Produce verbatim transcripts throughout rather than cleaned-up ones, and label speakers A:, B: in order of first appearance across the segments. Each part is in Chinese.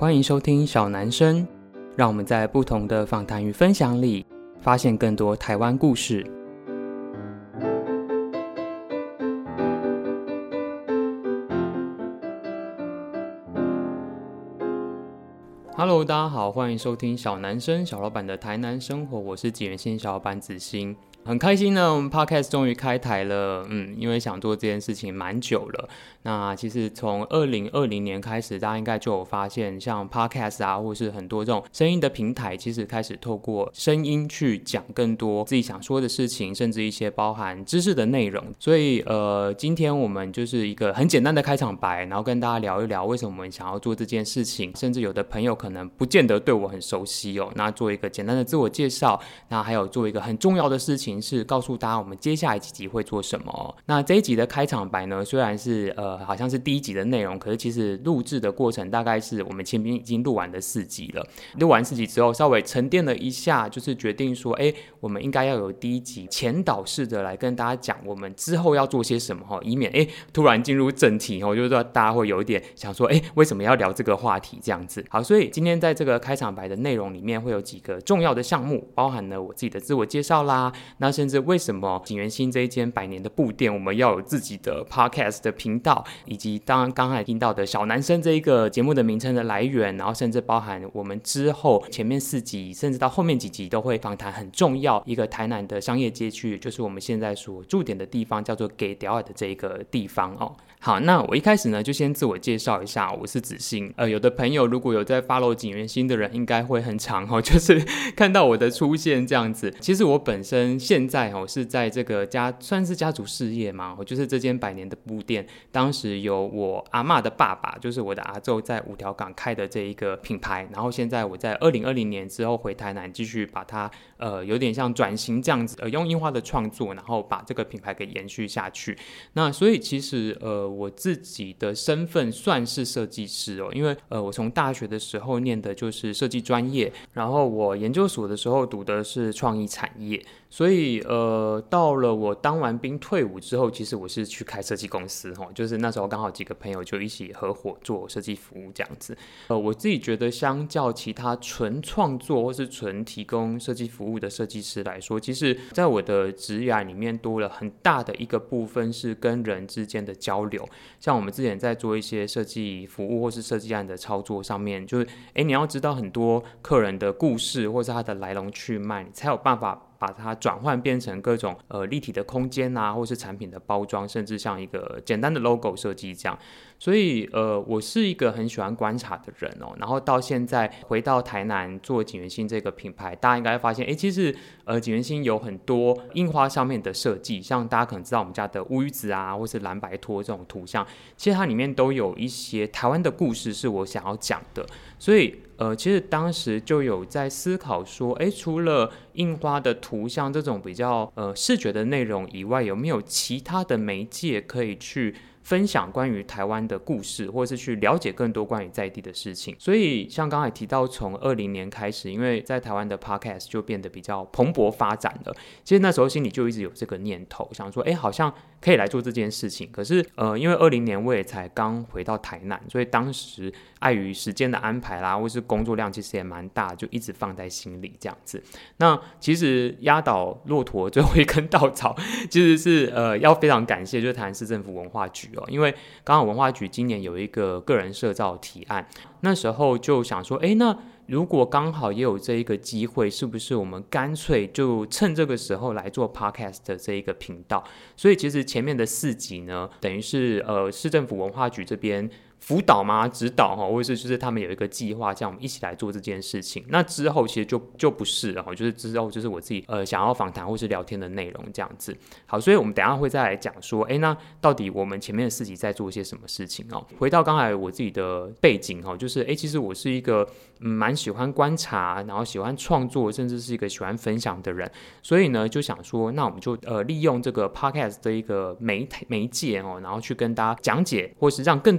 A: 欢迎收听小男生，让我们在不同的访谈与分享里，发现更多台湾故事。Hello， 大家好，欢迎收听小男生小老板的台南生活，我是锦源县小老板子欣。很开心呢，我们 Podcast 终于开台了，嗯，因为想做这件事情蛮久了。那其实从二零二零年开始，大家应该就有发现，像 Podcast 啊，或是很多这种声音的平台，其实开始透过声音去讲更多自己想说的事情，甚至一些包含知识的内容。所以，呃，今天我们就是一个很简单的开场白，然后跟大家聊一聊为什么我们想要做这件事情，甚至有的朋友可能不见得对我很熟悉哦。那做一个简单的自我介绍，那还有做一个很重要的事情。是告诉大家我们接下来几集会做什么、哦、那这一集的开场白呢，虽然是呃好像是第一集的内容，可是其实录制的过程大概是我们前面已经录完的四集了。录完四集之后稍微沉淀了一下，就是决定说哎，我们应该要有第一集前导式的来跟大家讲我们之后要做些什么、哦、以免哎突然进入正题、哦、就是说大家会有一点想说哎为什么要聊这个话题这样子。好，所以今天在这个开场白的内容里面会有几个重要的项目，包含了我自己的自我介绍啦，那甚至为什么锦源兴这一间百年的布店我们要有自己的 podcast 的频道，以及当然刚才听到的小男生这一个节目的名称的来源，然后甚至包含我们之后前面四集甚至到后面几集都会访谈很重要一个台南的商业街区，就是我们现在所驻点的地方，叫做给屌的这一个地方哦。好，那我一开始呢就先自我介绍一下，我是子欣。呃，有的朋友如果有在 follow 锦源兴的人，应该会很常哦，就是看到我的出现这样子。其实我本身现在哦是在这个家算是家族事业嘛，我就是这间百年的布店，当时有我阿嬷的爸爸，就是我的阿祖在五条港开的这一个品牌，然后现在我在二零二零年之后回台南继续把它呃有点像转型这样子，呃用樱花的创作，然后把这个品牌给延续下去。那所以其实呃我自己的身份算是设计师哦，因为呃我从大学的时候念的就是设计专业，然后我研究所的时候读的是创意产业，所以呃到了我当完兵退伍之后，其实我是去开设计公司齁，就是那时候刚好几个朋友就一起合伙做设计服务这样子。呃我自己觉得相较其他纯创作或是纯提供设计服务的设计师来说，其实在我的职涯里面多了很大的一个部分是跟人之间的交流。像我们之前在做一些设计服务或是设计案的操作上面，就是哎你要知道很多客人的故事或是他的来龙去脉，你才有办法把它转换变成各种呃立体的空间啊，或是产品的包装，甚至像一个简单的 logo 设计这样。所以呃我是一个很喜欢观察的人哦。然后到现在回到台南做锦源兴这个品牌，大家应该会发现，哎，其实呃锦源兴有很多樱花上面的设计，像大家可能知道我们家的乌鱼子啊，或是蓝白拖这种图像，其实它里面都有一些台湾的故事是我想要讲的。所以呃，其实当时就有在思考说，哎，除了印花的图像这种比较呃视觉的内容以外，有没有其他的媒介可以去分享关于台湾的故事，或是去了解更多关于在地的事情。所以像刚才提到从二零年开始，因为在台湾的 podcast 就变得比较蓬勃发展了，其实那时候心里就一直有这个念头，想说哎，好像可以来做这件事情。可是呃，因为二零年我也才刚回到台南，所以当时碍于时间的安排啦，或是工作量其实也蛮大，就一直放在心里这样子。那其实压倒骆驼最后一根稻草，其实是呃要非常感谢就是台南市政府文化局哦，因为刚好文化局今年有一个个人社造提案，那时候就想说，哎，那如果刚好也有这一个机会，是不是我们干脆就趁这个时候来做 podcast 的这一个频道？所以其实前面的四集呢，等于是呃市政府文化局这边辅导吗？指导哈，或者是就是他们有一个计划，这样我们一起来做这件事情。那之后其实就就不是了，就是之后就是我自己呃想要访谈或是聊天的内容这样子。好，所以我们等一下会再来讲说，哎，那到底我们前面的四集在做些什么事情哦？回到刚才我自己的背景哈，就是哎，其实我是一个嗯蛮喜欢观察，然后喜欢创作，甚至是一个喜欢分享的人。所以呢，就想说，那我们就呃利用这个 podcast 的一个媒媒介哦，然后去跟大家讲解，或是让更多人来讲。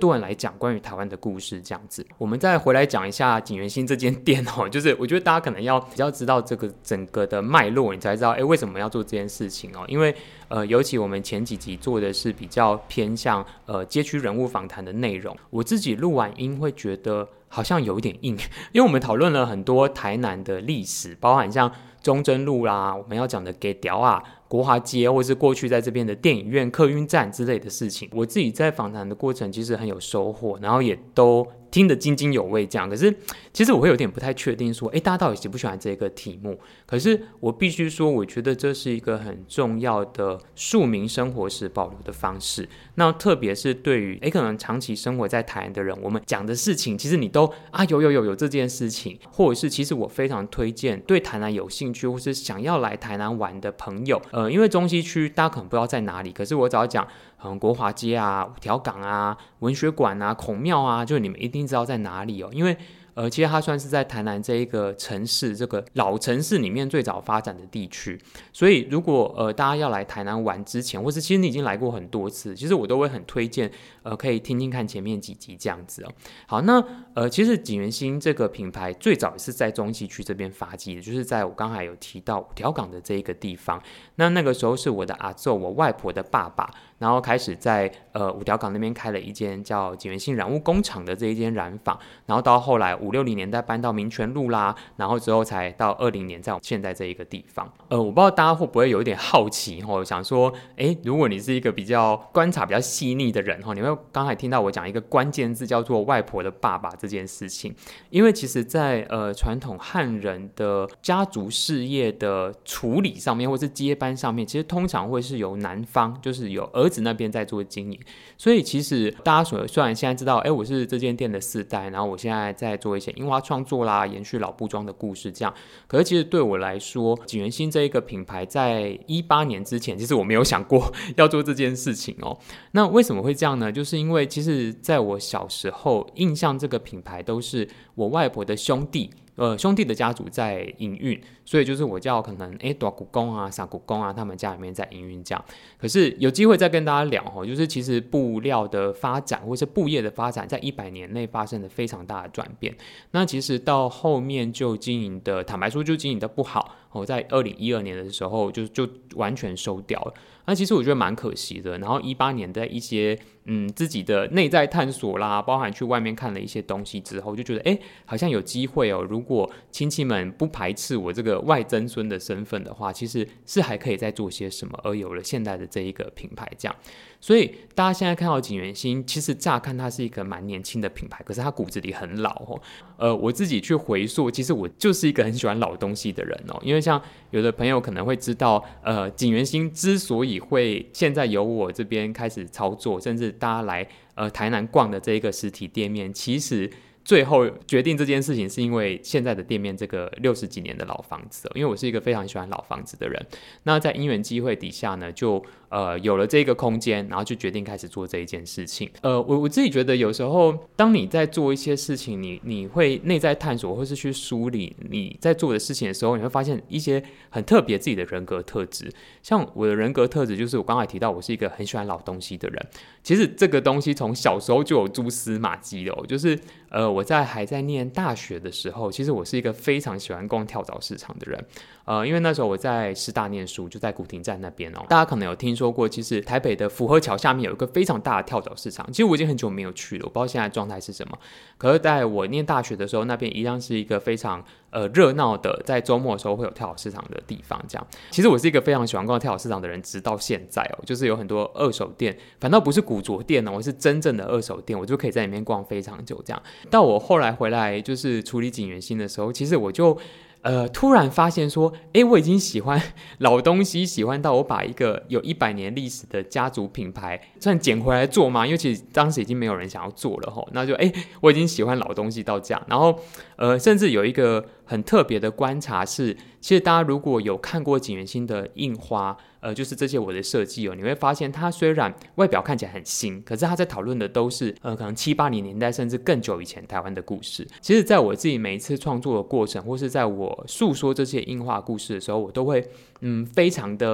A: 讲关于台湾的故事这样子。我们再回来讲一下锦源兴这间店哦，就是我觉得大家可能要比较知道这个整个的脉络，你才知道哎为什么要做这件事情哦。因为呃，尤其我们前几集做的是比较偏向呃街区人物访谈的内容，我自己录完音会觉得好像有一点硬，因为我们讨论了很多台南的历史，包含像中正路啦，我们要讲的给条啊、国华街，或是过去在这边的电影院、客运站之类的事情。我自己在访谈的过程其实很有收获，然后也都听得津津有味这样。可是其实我会有点不太确定说，诶，大家到底喜不喜欢这个题目？可是我必须说，我觉得这是一个很重要的庶民生活史保留的方式。那特别是对于诶可能长期生活在台南的人，我们讲的事情，其实你都啊有有有有这件事情，或者是其实我非常推荐对台南有兴趣或是想要来台南玩的朋友，呃，因为中西区大家可能不知道在哪里，可是我只要讲嗯国华街啊、五条港啊、文学馆啊、孔庙啊，就你们一定知道在哪里哦，因为呃，其实它算是在台南这一个城市，这个老城市里面最早发展的地区。所以，如果呃大家要来台南玩之前，或是其实你已经来过很多次，其实我都会很推荐，呃，可以听听看前面几集这样子哦。好，那呃，其实锦源兴这个品牌最早也是在中西区这边发迹的，就是在我刚才有提到五条港的这一个地方。那那个时候是我的阿祖，我外婆的爸爸，然后开始在呃五条港那边开了一间叫锦源兴染物工厂的这一间染坊，然后到后来五六零年代搬到民权路啦，然后之后才到二零年在我现在这一个地方。呃，我不知道大家会不会有一点好奇吼，想说，哎，如果你是一个比较观察比较细腻的人吼，你会刚才听到我讲一个关键字叫做外婆的爸爸这件事情，因为其实在呃传统汉人的家族事业的处理上面，或是接班上面，其实通常会是由男方，就是有儿子那边在做经营，所以其实大家所虽然现在知道，哎，我是这间店的四代，然后我现在在做一些樱花创作啦，延续老布庄的故事这样，可是其实对我来说，锦源兴这一个品牌在一八年之前，其实我没有想过要做这件事情哦。那为什么会这样呢？就是因为其实在我小时候，印象这个品牌都是我外婆的兄弟。呃，兄弟的家族在营运，所以就是我叫可能诶大姑公啊、三姑公啊，他们家里面在营运这样。可是有机会再跟大家聊哦，就是其实布料的发展或是布业的发展，在一百年内发生了非常大的转变。那其实到后面就经营的，坦白说就经营的不好哦，在二零一二年的时候就就完全收掉了。那其实我觉得蛮可惜的。然后一八年在一些嗯自己的内在探索啦，包含去外面看了一些东西之后，就觉得哎，好像有机会哦。如果亲戚们不排斥我这个外曾孙的身份的话，其实是还可以再做些什么，而有了现在的这一个品牌这样。所以大家现在看到锦源兴，其实乍看它是一个蛮年轻的品牌，可是它骨子里很老哦。呃，我自己去回溯，其实我就是一个很喜欢老东西的人哦。因为像有的朋友可能会知道，呃，锦源兴之所以会现在由我这边开始操作，甚至大家来呃台南逛的这一个实体店面，其实最后决定这件事情是因为现在的店面这个六十几年的老房子、哦、因为我是一个非常喜欢老房子的人，那在因缘机会底下呢，就呃有了这个空间，然后就决定开始做这一件事情。呃，我我自己觉得有时候当你在做一些事情，你你会内在探索或是去梳理你在做的事情的时候，你会发现一些很特别自己的人格特质。像我的人格特质就是我刚才提到，我是一个很喜欢老东西的人。其实这个东西从小时候就有蛛丝马迹的、哦，就是呃我在还在念大学的时候，其实我是一个非常喜欢逛跳蚤市场的人。呃，因为那时候我在师大念书，就在古亭站那边哦。大家可能有听说过，其实台北的福和桥下面有一个非常大的跳蚤市场。其实我已经很久没有去了，我不知道现在状态是什么。可是在我念大学的时候，那边一样是一个非常呃热闹的，在周末的时候会有跳蚤市场的地方。这样，其实我是一个非常喜欢逛跳蚤市场的人，直到现在哦，就是有很多二手店，反倒不是古着店哦，我是真正的二手店，我就可以在里面逛非常久。这样，到我后来回来就是处理锦源兴的时候，其实我就。呃，突然发现说，哎，我已经喜欢老东西，喜欢到我把一个有一百年历史的家族品牌算捡回来做嘛，因为其实当时已经没有人想要做了吼，那就哎，我已经喜欢老东西到这样，然后呃，甚至有一个很特别的观察是，其实大家如果有看过锦源兴的印花。呃，就是这些我的设计哦，你会发现它虽然外表看起来很新，可是它在讨论的都是呃可能七八零年代甚至更久以前台湾的故事。其实在我自己每一次创作的过程，或是在我诉说这些印花故事的时候，我都会嗯非常的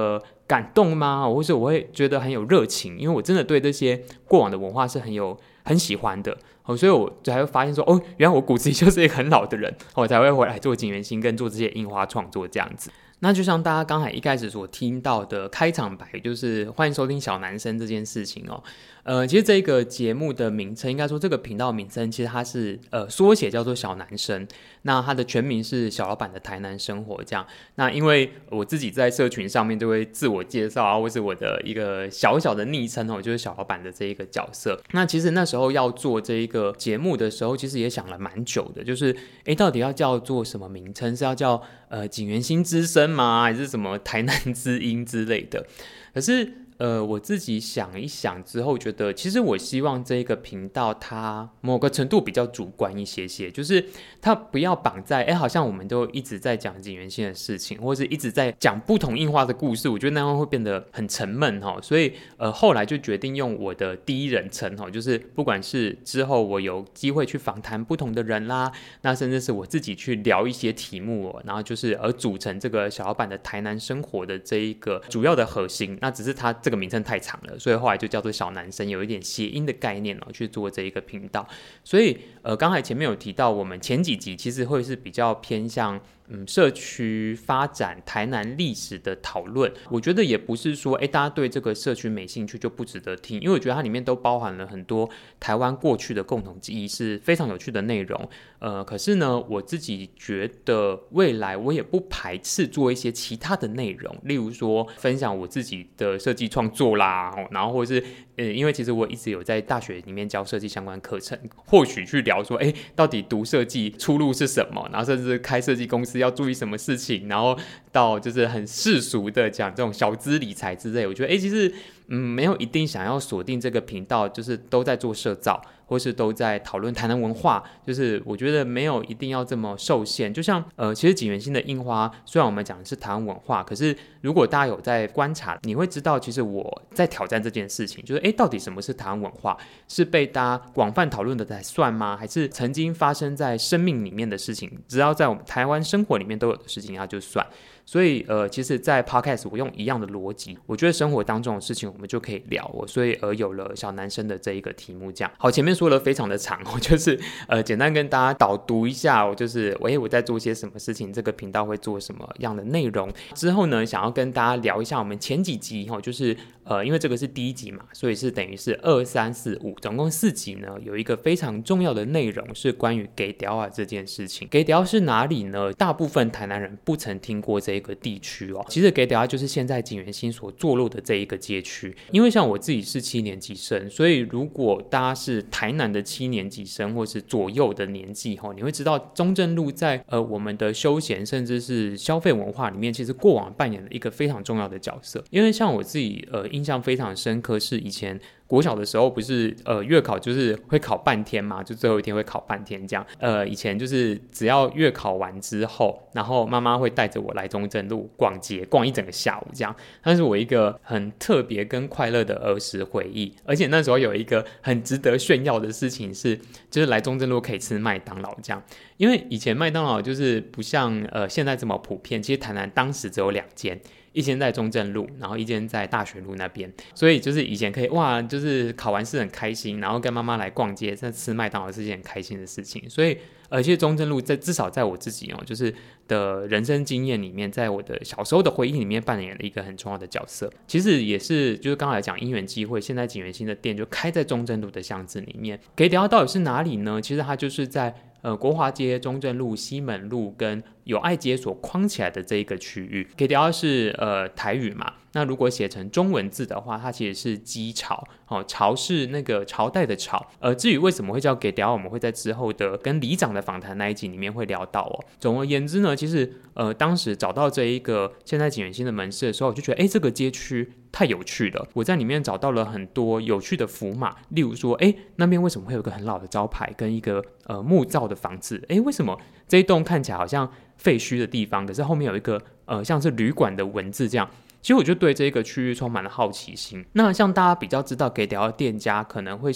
A: 感动吗？或者我会觉得很有热情，因为我真的对这些过往的文化是很有很喜欢的，哦，所以我才会发现说，哦，原来我骨子里就是一个很老的人，我才会回来做景元星跟做这些印花创作这样子。那就像大家刚才一开始所听到的开场白，就是欢迎收听小男生这件事情哦。呃，其实这个节目的名称，应该说这个频道名称，其实它是呃缩写叫做小男生。那它的全名是小老板的台南生活这样。那因为我自己在社群上面就会自我介绍啊，或是我的一个小小的昵称哦，就是小老板的这一个角色。那其实那时候要做这一个节目的时候，其实也想了蛮久的，就是诶，到底要叫做什么名称？是要叫呃景元星之声吗？还是什么台南之音之类的？可是呃，我自己想一想之后，觉得其实我希望这一个频道它某个程度比较主观一些些，就是它不要绑在哎，好像我们都一直在讲景元星的事情，或是一直在讲不同印花的故事，我觉得那样会变得很沉闷哈。所以呃，后来就决定用我的第一人称哈，就是不管是之后我有机会去访谈不同的人啦，那甚至是我自己去聊一些题目哦，然后就是而组成这个小老板的台南生活的这一个主要的核心，那只是它这个名称太长了，所以后来就叫做小男生，有一点谐音的概念哦，去做这一个频道。所以呃，刚才前面有提到，我们前几集其实会是比较偏向嗯社区发展、台南历史的讨论。我觉得也不是说哎大家对这个社区没兴趣就不值得听，因为我觉得它里面都包含了很多台湾过去的共同记忆，是非常有趣的内容。呃，可是呢，我自己觉得未来我也不排斥做一些其他的内容，例如说分享我自己的设计创作啦，然后或者是呃，因为其实我一直有在大学里面教设计相关课程，或许去聊说，哎，到底读设计出路是什么，然后甚至开设计公司要注意什么事情，然后到就是很世俗的讲这种小资理财之类，我觉得哎，其实嗯，没有一定想要锁定这个频道，就是都在做社造，或是都在讨论台南文化，就是我觉得没有一定要这么受限。就像呃，其实景元星的印花，虽然我们讲的是台湾文化，可是如果大家有在观察，你会知道，其实我在挑战这件事情，就是哎，到底什么是台湾文化？是被大家广泛讨论的才算吗？还是曾经发生在生命里面的事情，只要在我们台湾生活里面都有的事情，它就算？所以呃，其实在 podcast 我用一样的逻辑，我觉得生活当中的事情我们就可以聊，所以而有了小男生的这一个题目这样。好，前面说了非常的长，我就是呃简单跟大家导读一下，我就是我我在做些什么事情，这个频道会做什么样的内容。之后呢，想要跟大家聊一下我们前几集就是呃因为这个是第一集嘛，所以是等于是二三四五总共四集呢，有一个非常重要的内容是关于给雕啊这件事情。给雕是哪里呢？大部分台南人不曾听过这一个地区哦。其实给雕就是现在景元星所坐落的这一个街区。因为像我自己是七年级生，所以如果大家是台南的七年级生或是左右的年纪，你会知道中正路在呃我们的休闲甚至是消费文化里面，其实过往扮演了一个非常重要的角色。因为像我自己呃印象非常深刻，是以前国小的时候不是呃月考就是会考半天嘛，就最后一天会考半天这样。呃以前就是只要月考完之后，然后妈妈会带着我来中正路逛街，逛一整个下午这样。那是我一个很特别跟快乐的儿时回忆。而且那时候有一个很值得炫耀的事情是，就是来中正路可以吃麦当劳这样。因为以前麦当劳就是不像呃现在这么普遍，其实台南当时只有两间。一间在中正路，然后一间在大学路那边，所以就是以前可以哇，就是考完试很开心，然后跟妈妈来逛街，再吃麦当劳是一件很开心的事情。所以，而且中正路在至少在我自己哦，就是的人生经验里面，在我的小时候的回忆里面扮演了一个很重要的角色。其实也是就是刚才讲因缘机会，现在景元星的店就开在中正路的巷子里面。给雕到底是哪里呢？其实它就是在呃国华街、中正路、西门路跟友爱街所框起来的这一个区域。给雕是呃台语嘛，那如果写成中文字的话，它其实是鸡巢，哦，巢是那个朝代的巢。呃，至于为什么会叫给雕，我们会在之后的跟里长的访谈那一集里面会聊到哦。总而言之呢，其实呃当时找到这一个现在景元星的门市的时候，我就觉得哎，这个街区太有趣了。我在里面找到了很多有趣的符码，例如说，哎，那边为什么会有一个很老的招牌跟一个呃木造的房子？哎，为什么这一栋看起来好像废墟的地方，可是后面有一个呃像是旅馆的文字这样？其实我就对这个区域充满了好奇心。那像大家比较知道给雕的店家可能会是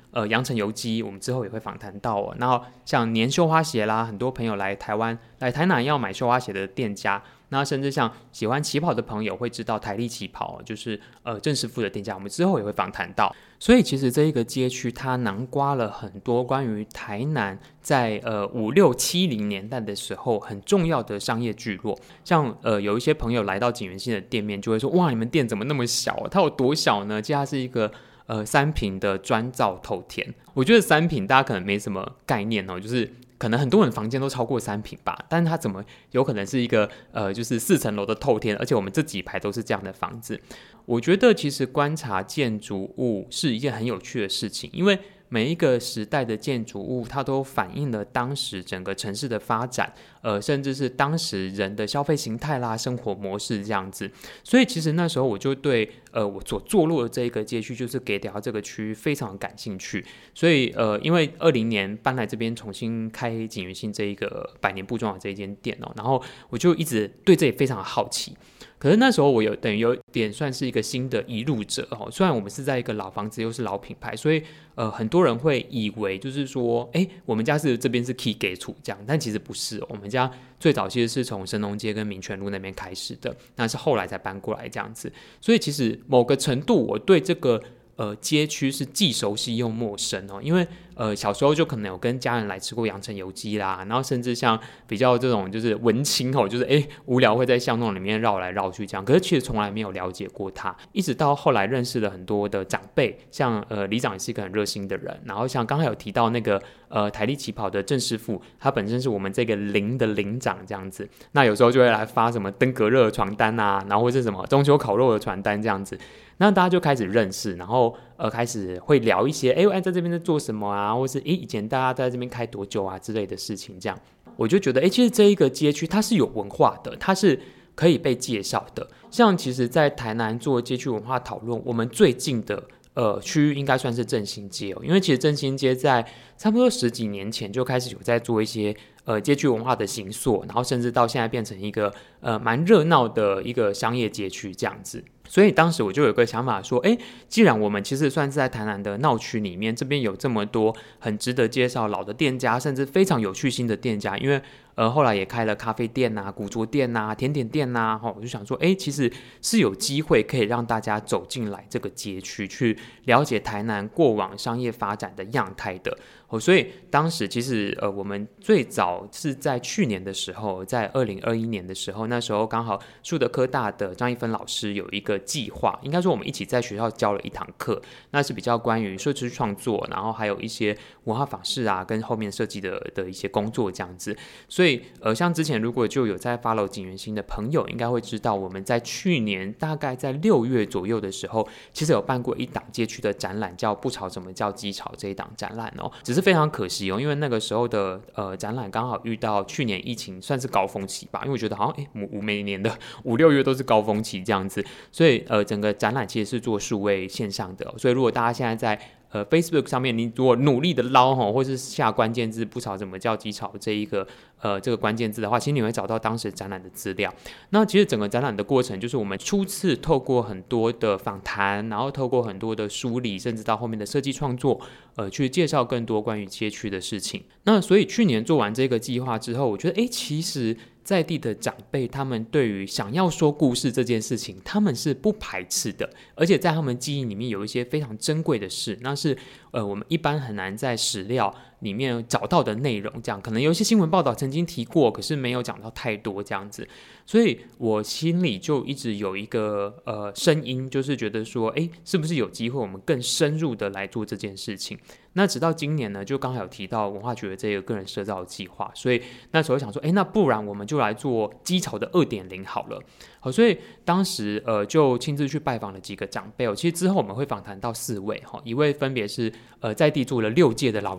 A: 呃阳城油机，我们之后也会访谈到哦。然后像年绣花鞋啦，很多朋友来台湾来台南要买绣花鞋的店家，那甚至像喜欢旗袍的朋友会知道台立旗袍，就是呃郑师傅的店家，我们之后也会访谈到。所以其实这一个街区它囊括了很多关于台南在呃五六七零年代的时候很重要的商业聚落。像呃有一些朋友来到景元信的店面就会说，哇，你们店怎么那么小啊？它有多小呢？其实它是一个呃三坪的砖造透天。我觉得三坪大家可能没什么概念哦，就是可能很多人房间都超过三坪吧，但是它怎么有可能是一个呃就是四层楼的透天，而且我们这几排都是这样的房子。我觉得其实观察建筑物是一件很有趣的事情，因为每一个时代的建筑物它都反映了当时整个城市的发展，呃，甚至是当时人的消费形态啦、生活模式这样子。所以其实那时候我就对呃我所坐落的这一个街区，就是给寮这个区域非常感兴趣。所以呃，因为二零年搬来这边重新开景元信这一个百年布庄的这一间店哦，然后我就一直对这里非常好奇。可是那时候我有等于有点算是一个新的移入者哦，虽然我们是在一个老房子又是老品牌，所以呃很多人会以为就是说，哎，我们家是这边是 key 给处这样，但其实不是哦，我们家最早其实是从神农街跟民权路那边开始的，那是后来才搬过来这样子，所以其实某个程度我对这个呃街区是既熟悉又陌生哦，因为呃小时候就可能有跟家人来吃过阳城油鸡啦，然后甚至像比较这种就是文青哦，就是哎无聊会在巷弄里面绕来绕去这样，可是其实从来没有了解过它，一直到后来认识了很多的长辈，像呃里长也是一个很热心的人，然后像刚才有提到那个呃台立旗袍的郑师傅，他本身是我们这个邻的邻长这样子，那有时候就会来发什么登革热的传单啊，然后或是什么中秋烤肉的传单这样子。那大家就开始认识，然后呃开始会聊一些，哎，我在这边在做什么啊，或是哎以前大家在这边开多久啊之类的事情，这样我就觉得，哎，其实这一个街区它是有文化的，它是可以被介绍的。像其实，在台南做街区文化讨论，我们最近的呃区域应该算是振兴街哦，因为其实振兴街在差不多十几年前就开始有在做一些呃街区文化的形塑，然后甚至到现在变成一个呃蛮热闹的一个商业街区这样子。所以当时我就有个想法说，哎，既然我们其实算是在台南的闹区里面，这边有这么多很值得介绍老的店家，甚至非常有趣新的店家，因为呃后来也开了咖啡店啊、古着店啊、甜点店啊，我就想说，哎，其实是有机会可以让大家走进来这个街区，去了解台南过往商业发展的样态的。哦，所以当时其实呃，我们最早是在去年的时候，在二零二一年的时候，那时候刚好树德科大的张一芬老师有一个计划，应该说我们一起在学校教了一堂课，那是比较关于设计创作，然后还有一些文化访视啊，跟后面设计的的一些工作这样子。所以呃，像之前如果就有在 follow 景元新的朋友，应该会知道我们在去年大概在六月左右的时候，其实有办过一档街区的展览，叫不吵怎么叫鸡吵这一档展览哦，只是非常可惜哦，因为那个时候的呃展览刚好遇到去年疫情算是高峰期吧，因为我觉得好像哎，每年的五六月都是高峰期这样子，所以呃整个展览其实是做数位线上的、哦，所以如果大家现在在呃 Facebook 上面，你如果努力的捞哈，或是下关键字不吵怎么叫鸡吵这一个呃这个关键字的话，其实你会找到当时展览的资料。那其实整个展览的过程，就是我们初次透过很多的访谈，然后透过很多的梳理，甚至到后面的设计创作，呃，去介绍更多关于街区的事情。那所以去年做完这个计划之后，我觉得哎，其实在地的长辈他们对于想要说故事这件事情，他们是不排斥的，而且在他们记忆里面有一些非常珍贵的事，那是呃我们一般很难在史料里面找到的内容，这样可能有一些新闻报道曾经提过，可是没有讲到太多这样子，所以我心里就一直有一个呃声音，就是觉得说，哎，是不是有机会我们更深入的来做这件事情？那直到今年呢，就刚好有提到文化局的这个个人社造计划，所以那时候想说，哎，那不然我们就来做鸡巢的 二点零 好了。好，所以当时呃就亲自去拜访了几个长辈哦。其实之后我们会访谈到四位哈，一位分别是呃在地做了六届的老里长，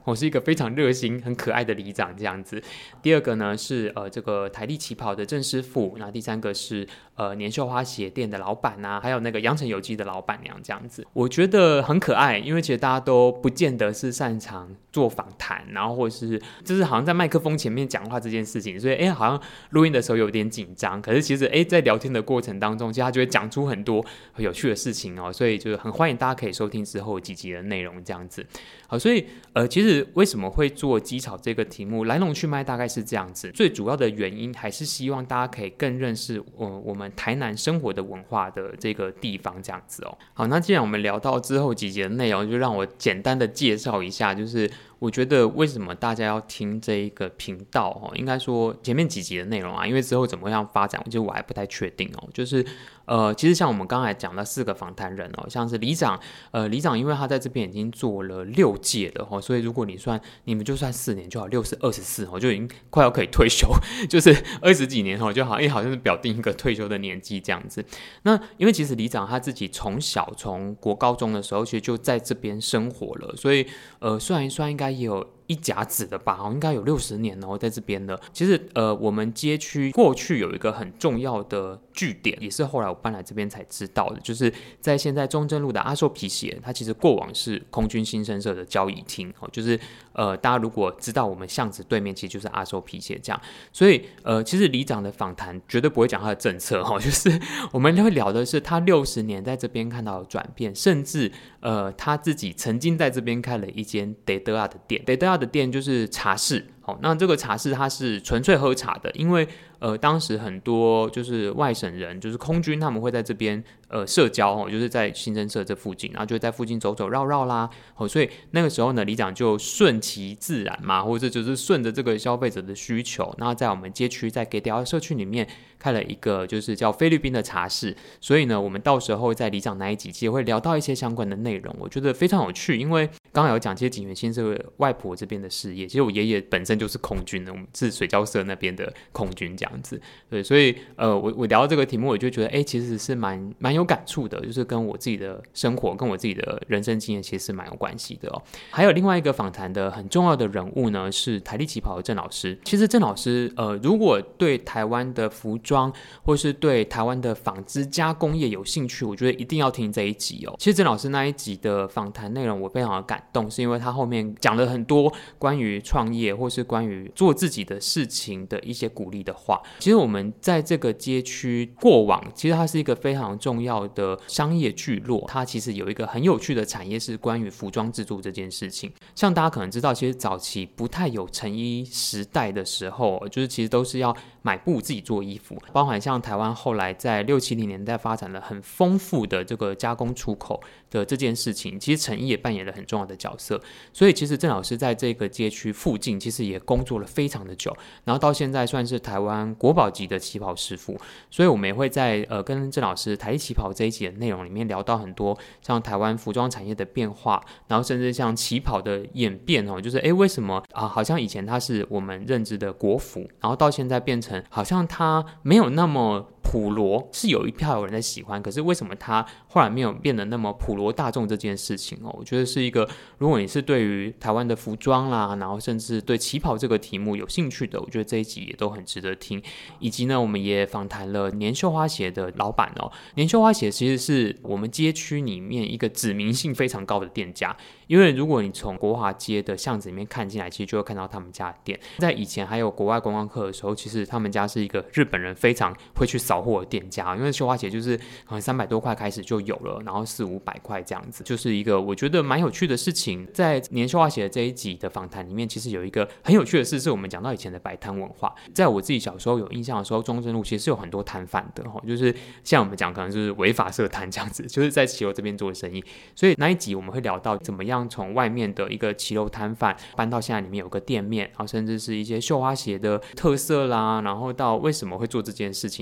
A: 我是一个非常热心很可爱的里长这样子。第二个呢是呃这个台历旗袍的郑师傅，那第三个是呃年绣花鞋店的老板啊，还有那个阳城有机的老板娘这样子。我觉得很可爱，因为其实大家都不见得是擅长做访谈，然后或者是就是好像在麦克风前面讲话这件事情，所以哎好像录音的时候有点紧张，可是其实哎在聊天的过程当中，其实他就会讲出很多有趣的事情哦，所以就是很欢迎大家可以收听之后几集的内容这样子。好，所以呃其实为什么会做鸡草这个题目，来龙去脉大概是这样子，最主要的原因还是希望大家可以更认识呃我们台南生活的文化的这个地方这样子哦。好，那既然我们聊到之后几集的内容，就让我简单的介绍一下，就是我觉得为什么大家要听这一个频道哦，应该说前面几集的内容啊，因为之后怎么样发展，其实我还不太确定哦。就是呃，其实像我们刚才讲的四个访谈人哦，像是里长，呃，里长因为他在这边已经做了六届了哦，所以如果你算你们就算四年就好，六是二十四哦，就已经快要可以退休，就是二十几年哦，就好，因为好像是表定一个退休的年纪这样子。那因为其实里长他自己从小从国高中的时候，其实就在这边生活了，所以呃，算一算应该也有一甲子的吧，应该有六十年哦，在这边的。其实呃，我们街区过去有一个很重要的据点，也是后来我搬来这边才知道的，就是在现在中正路的阿寿皮鞋，它其实过往是空军新生社的交易厅哦，就是呃，大家如果知道我们巷子对面其实就是阿寿皮鞋这样，所以呃，其实里长的访谈绝对不会讲他的政策哦，就是我们会聊的是他六十年在这边看到的转变，甚至呃他自己曾经在这边开了一间德德亚的店，德德亚的店就是茶室。好，那这个茶室它是纯粹喝茶的，因为呃当时很多就是外省人，就是空军，他们会在这边呃社交哦，就是在新生社这附近，然后就在附近走走绕绕啦。哦，所以那个时候呢，里长就顺其自然嘛，或者就是顺着这个消费者的需求，然后在我们街区在给屌社区里面开了一个就是叫菲律宾的茶室。所以呢，我们到时候在里长那一集其实会聊到一些相关的内容，我觉得非常有趣，因为刚刚有讲，其实景元新社外婆这边的事业，其实我爷爷本身就是空军的，我们是水交社那边的空军这样子，对，所以呃，我我聊到这个题目，我就觉得，哎，其实是蛮蛮有感触的，就是跟我自己的生活，跟我自己的人生经验，其实是蛮有关系的哦。还有另外一个访谈的很重要的人物呢，是台历旗袍的郑老师。其实郑老师，呃，如果对台湾的服装或是对台湾的纺织加工业有兴趣，我觉得一定要听这一集哦。其实郑老师那一集的访谈内容，我非常的感动，是因为他后面讲了很多关于创业或是关于做自己的事情的一些鼓励的话。其实我们在这个街区过往，其实它是一个非常重要的商业聚落，它其实有一个很有趣的产业是关于服装制作这件事情。像大家可能知道，其实早期不太有成衣时代的时候，就是其实都是要买布自己做衣服，包含像台湾后来在六七零年代发展了很丰富的这个加工出口的这件事情，其实成衣也扮演了很重要的角色。所以其实郑老师在这个街区附近其实也工作了非常的久，然后到现在算是台湾国宝级的旗袍师傅。所以我们也会在呃跟郑老师台历旗袍这一集的内容里面聊到很多像台湾服装产业的变化，然后甚至像旗袍的演变哦，就是哎为什么啊、呃、好像以前它是我们认知的国服，然后到现在变成好像它没有那么普罗，是有一票有人在喜欢，可是为什么它后来没有变得那么普罗大众这件事情哦？我觉得是一个，如果你是对于台湾的服装啦，然后甚至对旗袍这个题目有兴趣的，我觉得这一集也都很值得听。以及呢，我们也访谈了年绣花鞋的老板哦。年绣花鞋其实是我们街区里面一个指名性非常高的店家，因为如果你从国华街的巷子里面看进来，其实就会看到他们家的店。在以前还有国外观光客的时候，其实他们家是一个日本人非常会去扫货的店家，因为绣花鞋就是可能三百多块开始就有了，然后四五百块这样子，就是一个我觉得蛮有趣的事情。在年绣花鞋的这一集的访谈里面，其实有一个很有趣的事，是我们讲到以前的摆摊文化。在我自己小时候有印象的时候，中正路其实是有很多摊贩的，就是像我们讲可能就是违法设摊这样子，就是在骑楼这边做生意。所以那一集我们会聊到怎么样从外面的一个骑楼摊贩搬到现在里面有个店面，然后甚至是一些绣花鞋的特色啦，然后到为什么会做这件事情的一些来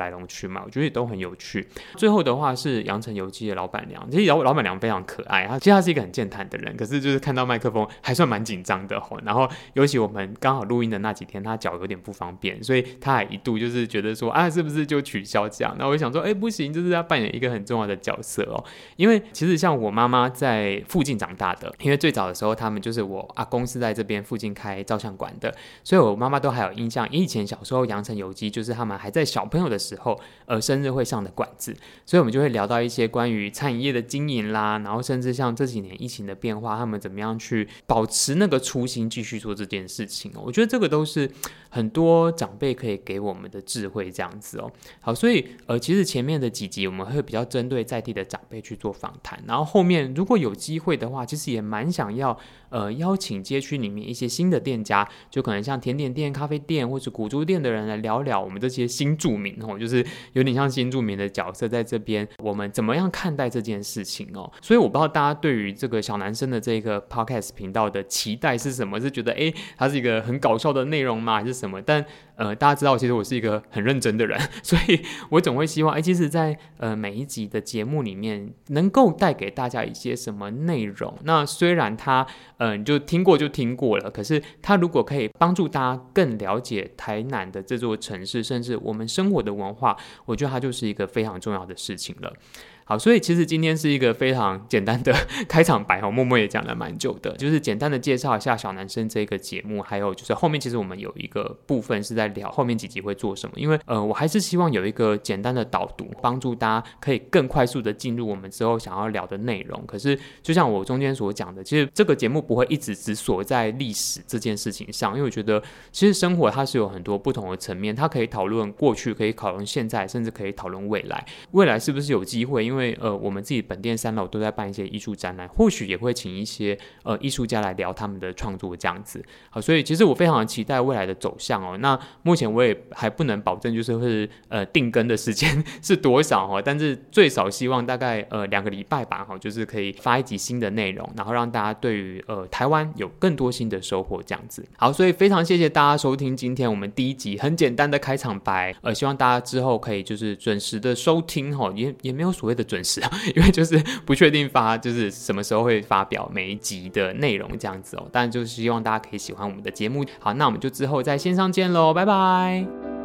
A: 来龙去脉，我觉得也都很有趣。最后的话是阳城油机的老板娘，其实老老板娘非常可爱，她其实她是一个很健谈的人，可是就是看到麦克风还算蛮紧张的吼。然后尤其我们刚好录音的那几天，她脚有点不方便，所以她还一度就是觉得说啊，是不是就取消这样？然后我就想说，哎、欸，不行，就是要扮演一个很重要的角色哦。因为其实像我妈妈在附近长大的，因为最早的时候他们就是我阿公是在这边附近开照相馆的，所以我妈妈都还有印象，以前小时候阳城油机就是他们还在小朋友的时候，呃，生日会上的馆子，所以我们就会聊到一些关于餐饮业的经营啦，然后甚至像这几年疫情的变化，他们怎么样去保持那个初心，继续做这件事情哦。我觉得这个都是很多长辈可以给我们的智慧，这样子哦。好，所以呃，其实前面的几集我们会比较针对在地的长辈去做访谈，然后后面如果有机会的话，其实也蛮想要呃邀请街区里面一些新的店家，就可能像甜点店、咖啡店或是古着店的人来聊聊我们这些新住民哦，就是有点像新住民的角色在这边，我们怎么样看待这件事情哦。所以我不知道大家对于这个小男生的这个 podcast 频道的期待是什么？是觉得哎，它是一个很搞笑的内容吗？还是什么？但呃，大家知道，其实我是一个很认真的人，所以我总会希望，哎，其实在呃每一集的节目里面，能够带给大家一些什么内容。那虽然它，嗯、呃，你就听过就听过了，可是它如果可以帮助大家更了解台南的这座城市，甚至我们生活的文化，我觉得它就是一个非常重要的事情了。好，所以其实今天是一个非常简单的开场白哦，默默也讲了蛮久的，就是简单的介绍一下小男生这个节目，还有就是后面其实我们有一个部分是在聊后面几集会做什么，因为呃我还是希望有一个简单的导读，帮助大家可以更快速的进入我们之后想要聊的内容。可是就像我中间所讲的，其实这个节目不会一直只锁在历史这件事情上，因为我觉得其实生活它是有很多不同的层面，它可以讨论过去，可以讨论现在，甚至可以讨论未来。未来是不是有机会？因为因为呃，我们自己本店三楼都在办一些艺术展览，或许也会请一些呃艺术家来聊他们的创作这样子。好，所以其实我非常的期待未来的走向哦。那目前我也还不能保证就是会呃定更的时间是多少哦，但是最少希望大概呃两个礼拜吧，哈，就是可以发一集新的内容，然后让大家对于呃台湾有更多新的收获这样子。好，所以非常谢谢大家收听今天我们第一集很简单的开场白，呃，希望大家之后可以就是准时的收听哈，也也没有所谓的准时啊，因为就是不确定发就是什么时候会发表每一集的内容这样子哦，但就是希望大家可以喜欢我们的节目。好，那我们就之后在线上见咯，拜拜。